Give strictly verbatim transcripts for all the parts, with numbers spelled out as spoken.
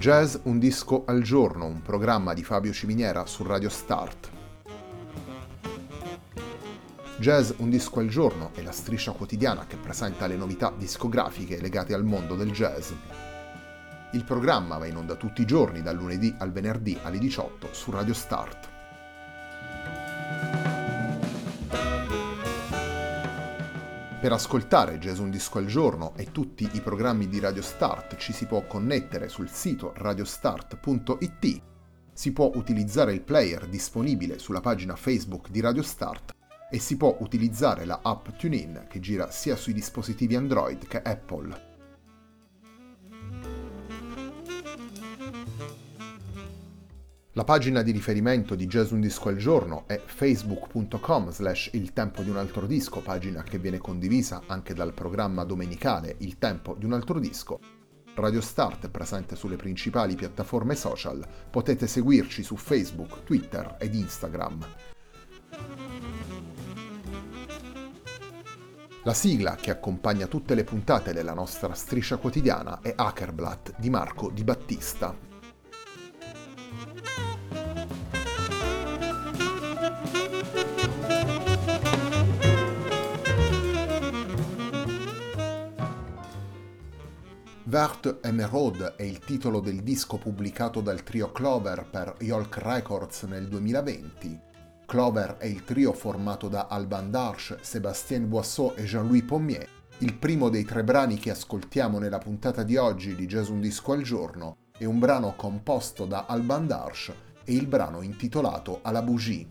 Jazz un disco al giorno, un programma di Fabio Ciminiera su Radio Start. Jazz un disco al giorno è la striscia quotidiana che presenta le novità discografiche legate al mondo del jazz. Il programma va in onda tutti i giorni dal lunedì al venerdì alle diciotto su Radio Start. Per ascoltare Jazz un disco al giorno e tutti i programmi di Radio Start ci si può connettere sul sito radiostart punto it, si può utilizzare il player disponibile sulla pagina Facebook di Radio Start e si può utilizzare la app TuneIn che gira sia sui dispositivi Android che Apple. La pagina di riferimento di Jazz un disco al giorno è facebook punto com slash il tempo di un altro disco, pagina che viene condivisa anche dal programma domenicale Il tempo di un altro disco. Radio Start è presente sulle principali piattaforme social, potete seguirci su Facebook, Twitter ed Instagram. La sigla che accompagna tutte le puntate della nostra striscia quotidiana è Hackerblatt di Marco Di Battista. Vert Emeraude è il titolo del disco pubblicato dal trio Clover per Yolk Records nel duemilaventi. Clover è il trio formato da Alban Darche, Sébastien Boisseau e Jean-Louis Pommier. Il primo dei tre brani che ascoltiamo nella puntata di oggi di Jazz un disco al giorno è un brano composto da Alban Darche e il brano intitolato À la bougie.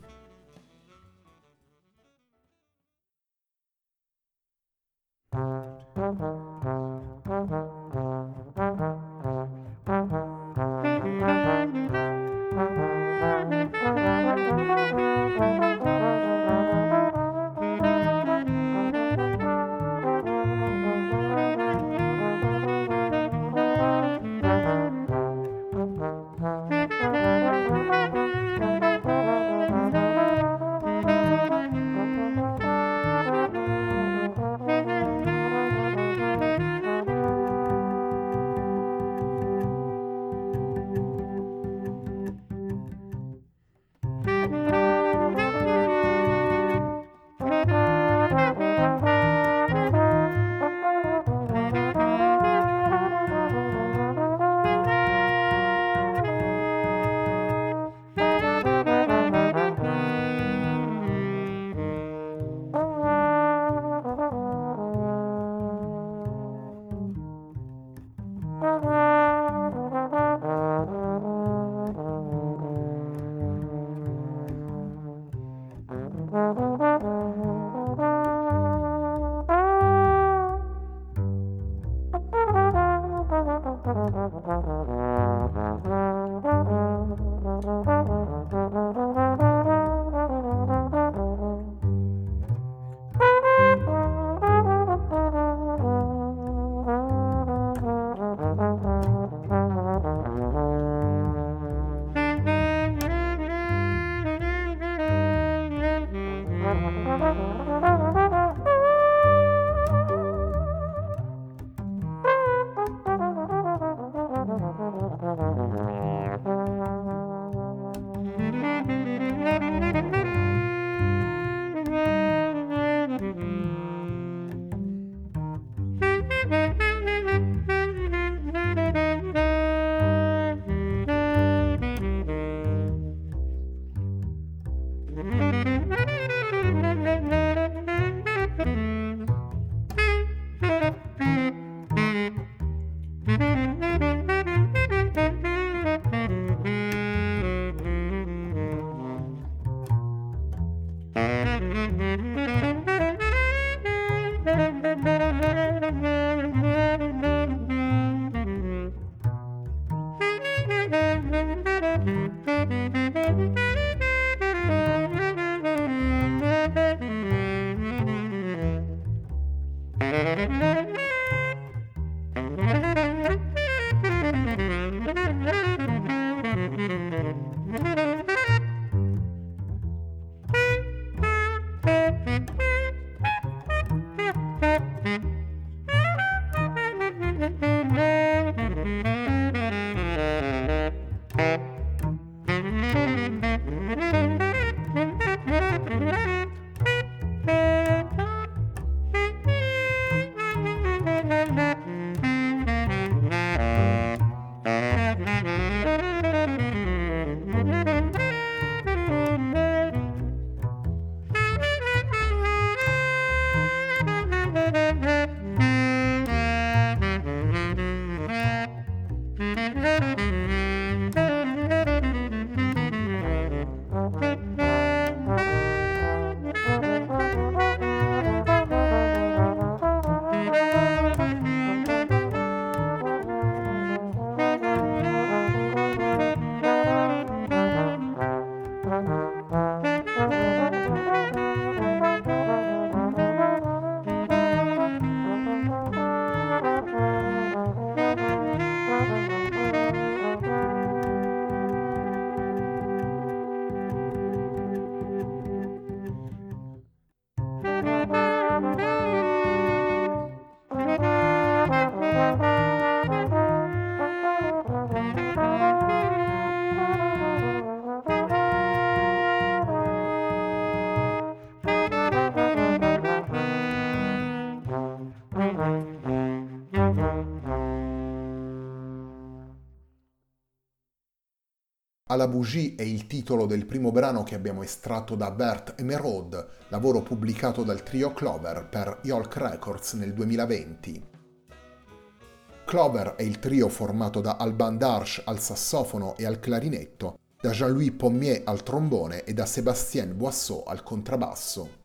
À la bougie è il titolo del primo brano che abbiamo estratto da Vert Emeraude, lavoro pubblicato dal trio Clover per Yolk Records nel duemilaventi. Clover è il trio formato da Alban Darche al sassofono e al clarinetto, da Jean-Louis Pommier al trombone e da Sébastien Boisseau al contrabbasso.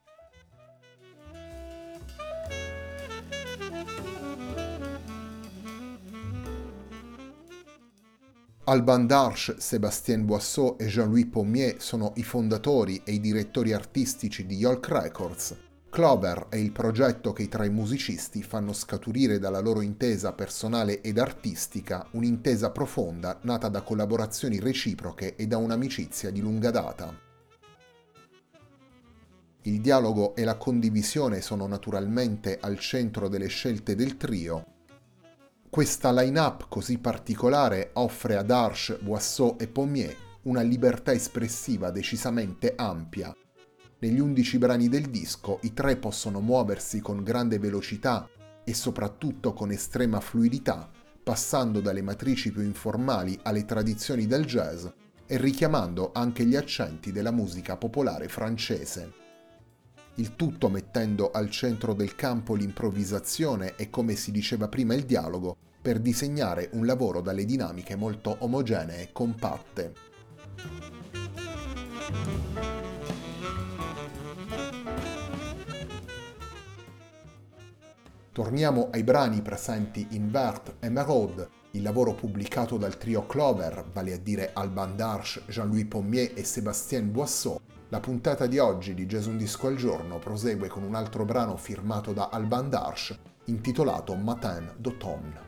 Alban Darche, Sébastien Boisseau e Jean-Louis Pommier sono i fondatori e i direttori artistici di Yolk Records. Clover è il progetto che i tre musicisti fanno scaturire dalla loro intesa personale ed artistica, un'intesa profonda nata da collaborazioni reciproche e da un'amicizia di lunga data. Il dialogo e la condivisione sono naturalmente al centro delle scelte del trio. Questa line-up così particolare offre a Darche, Boisseau e Pommier una libertà espressiva decisamente ampia. Negli undici brani del disco i tre possono muoversi con grande velocità e soprattutto con estrema fluidità, passando dalle matrici più informali alle tradizioni del jazz e richiamando anche gli accenti della musica popolare francese. Il tutto mettendo al centro del campo l'improvvisazione e, come si diceva prima, il dialogo, per disegnare un lavoro dalle dinamiche molto omogenee e compatte. Torniamo ai brani presenti in Vert Emeraude, il lavoro pubblicato dal trio Clover, vale a dire Alban Darche, Jean-Louis Pommier e Sébastien Boisseau. La puntata di oggi di Jazz Un Disco al Giorno prosegue con un altro brano firmato da Alban Darche, intitolato Matin d'automne.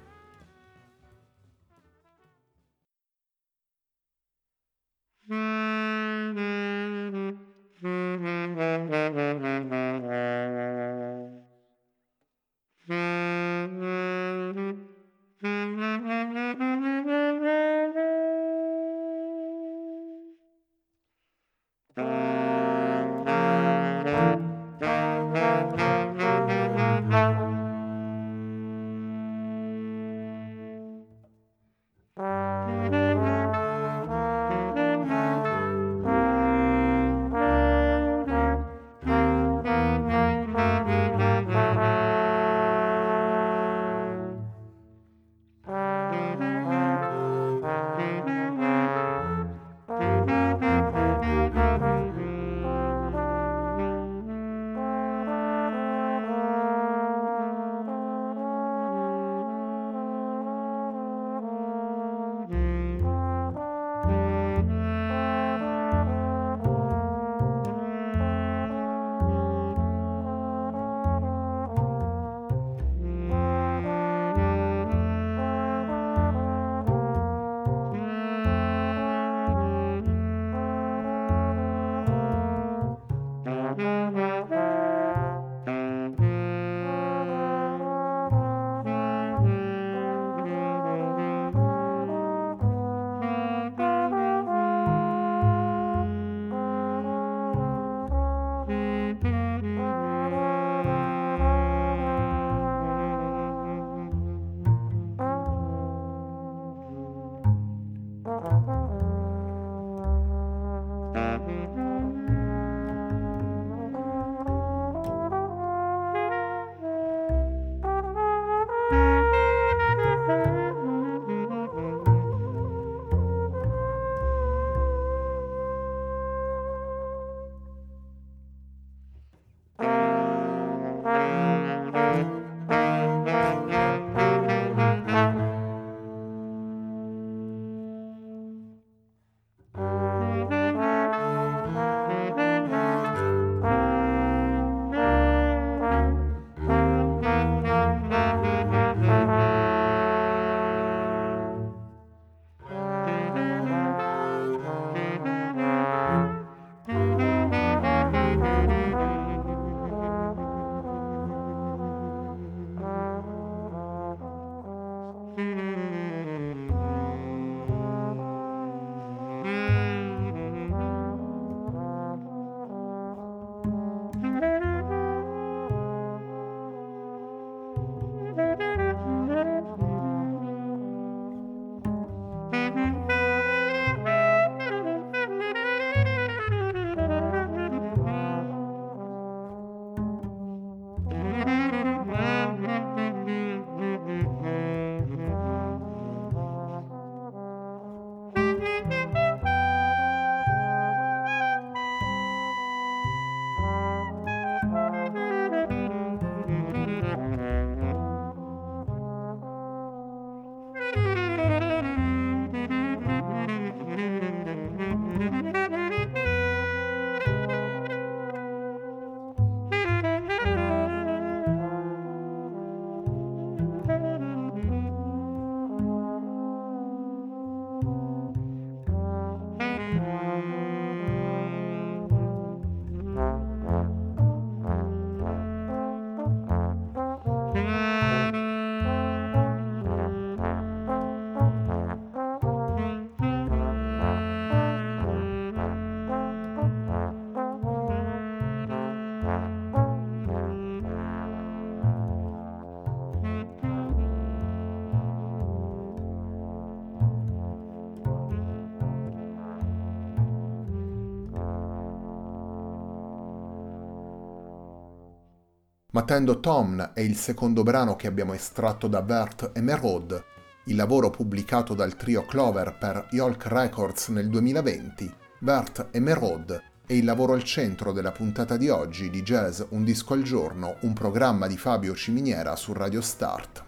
Matendo Tom è il secondo brano che abbiamo estratto da Vert Emeraude, il lavoro pubblicato dal trio Clover per Yolk Records nel duemilaventi. Vert Emeraude è il lavoro al centro della puntata di oggi di Jazz Un Disco al Giorno, un programma di Fabio Ciminiera su Radio Start.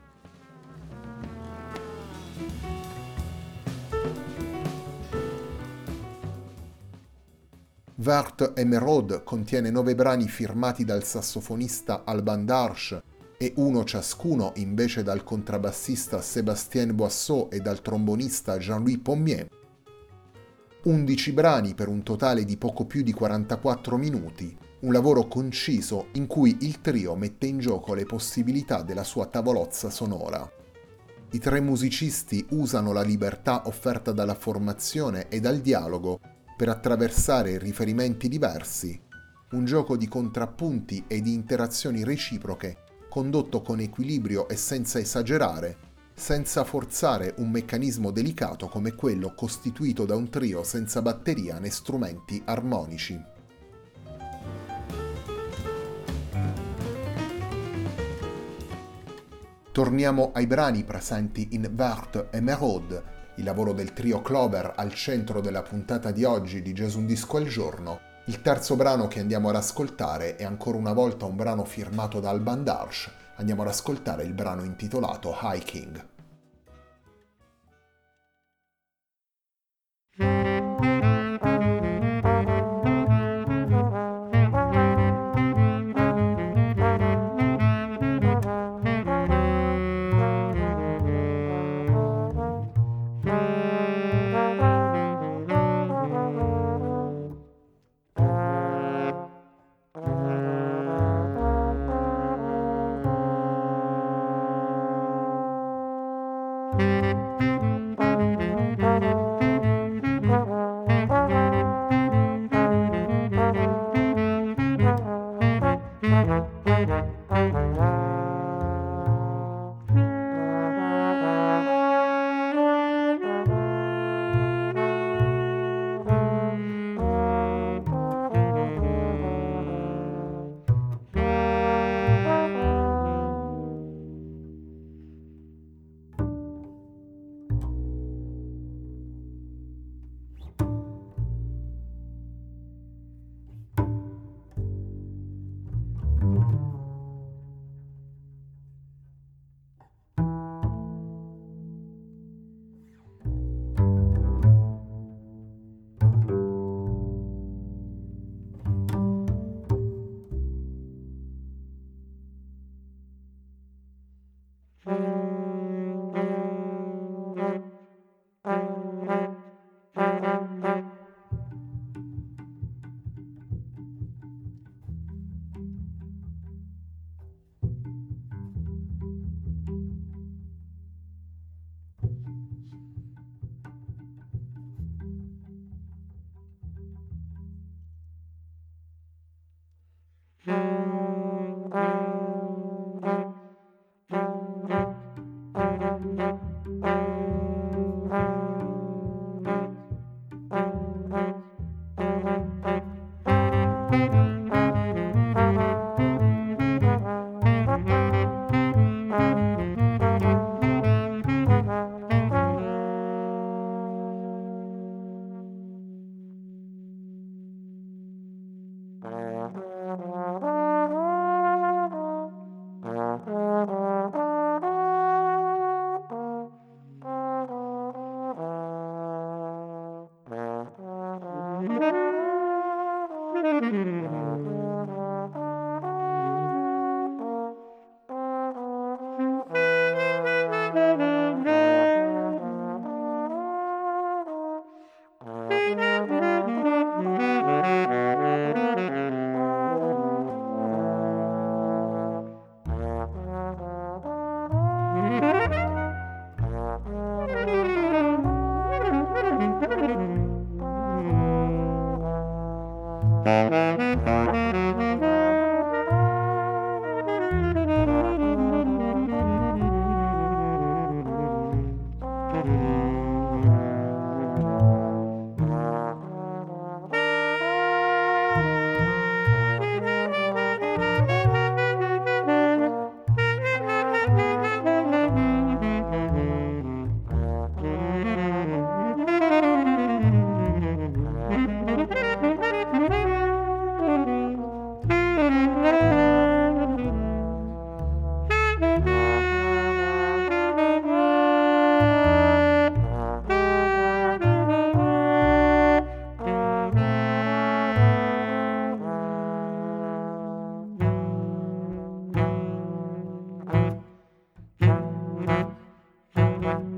Vert Emeraude contiene nove brani firmati dal sassofonista Alban Darche e uno ciascuno invece dal contrabbassista Sébastien Boisseau e dal trombonista Jean-Louis Pommier. undici brani per un totale di poco più di quarantaquattro minuti, un lavoro conciso in cui il trio mette in gioco le possibilità della sua tavolozza sonora. I tre musicisti usano la libertà offerta dalla formazione e dal dialogo per attraversare riferimenti diversi, un gioco di contrappunti e di interazioni reciproche condotto con equilibrio e senza esagerare, senza forzare un meccanismo delicato come quello costituito da un trio senza batteria né strumenti armonici. Torniamo ai brani presenti in Vert Emeraude, il lavoro del trio Clover al centro della puntata di oggi di Jazz Un Disco al Giorno. Il terzo brano che andiamo ad ascoltare è ancora una volta un brano firmato da Alban Darche. Andiamo ad ascoltare il brano intitolato Hiking.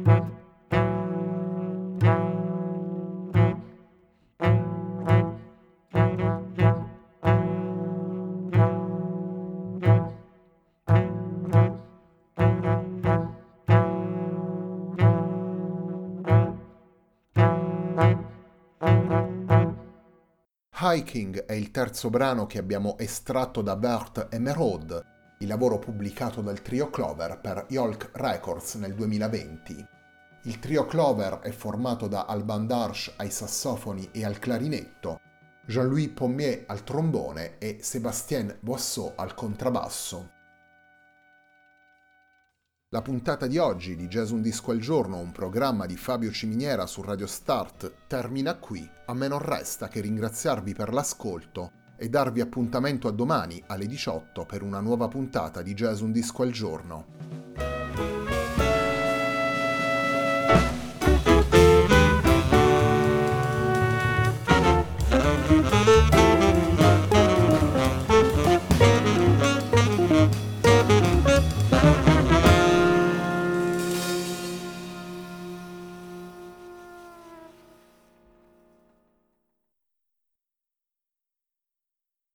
Hiking è il terzo brano che abbiamo estratto da Bert Emeraude, il lavoro pubblicato dal trio Clover per Yolk Records nel duemilaventi. Il trio Clover è formato da Alban Darche ai sassofoni e al clarinetto, Jean-Louis Pommier al trombone e Sébastien Boisseau al contrabbasso. La puntata di oggi di Jazz Un Disco al Giorno, un programma di Fabio Ciminiera su Radio Start, termina qui. A me non resta che ringraziarvi per l'ascolto e darvi appuntamento a domani alle diciotto per una nuova puntata di Jazz Un Disco al Giorno.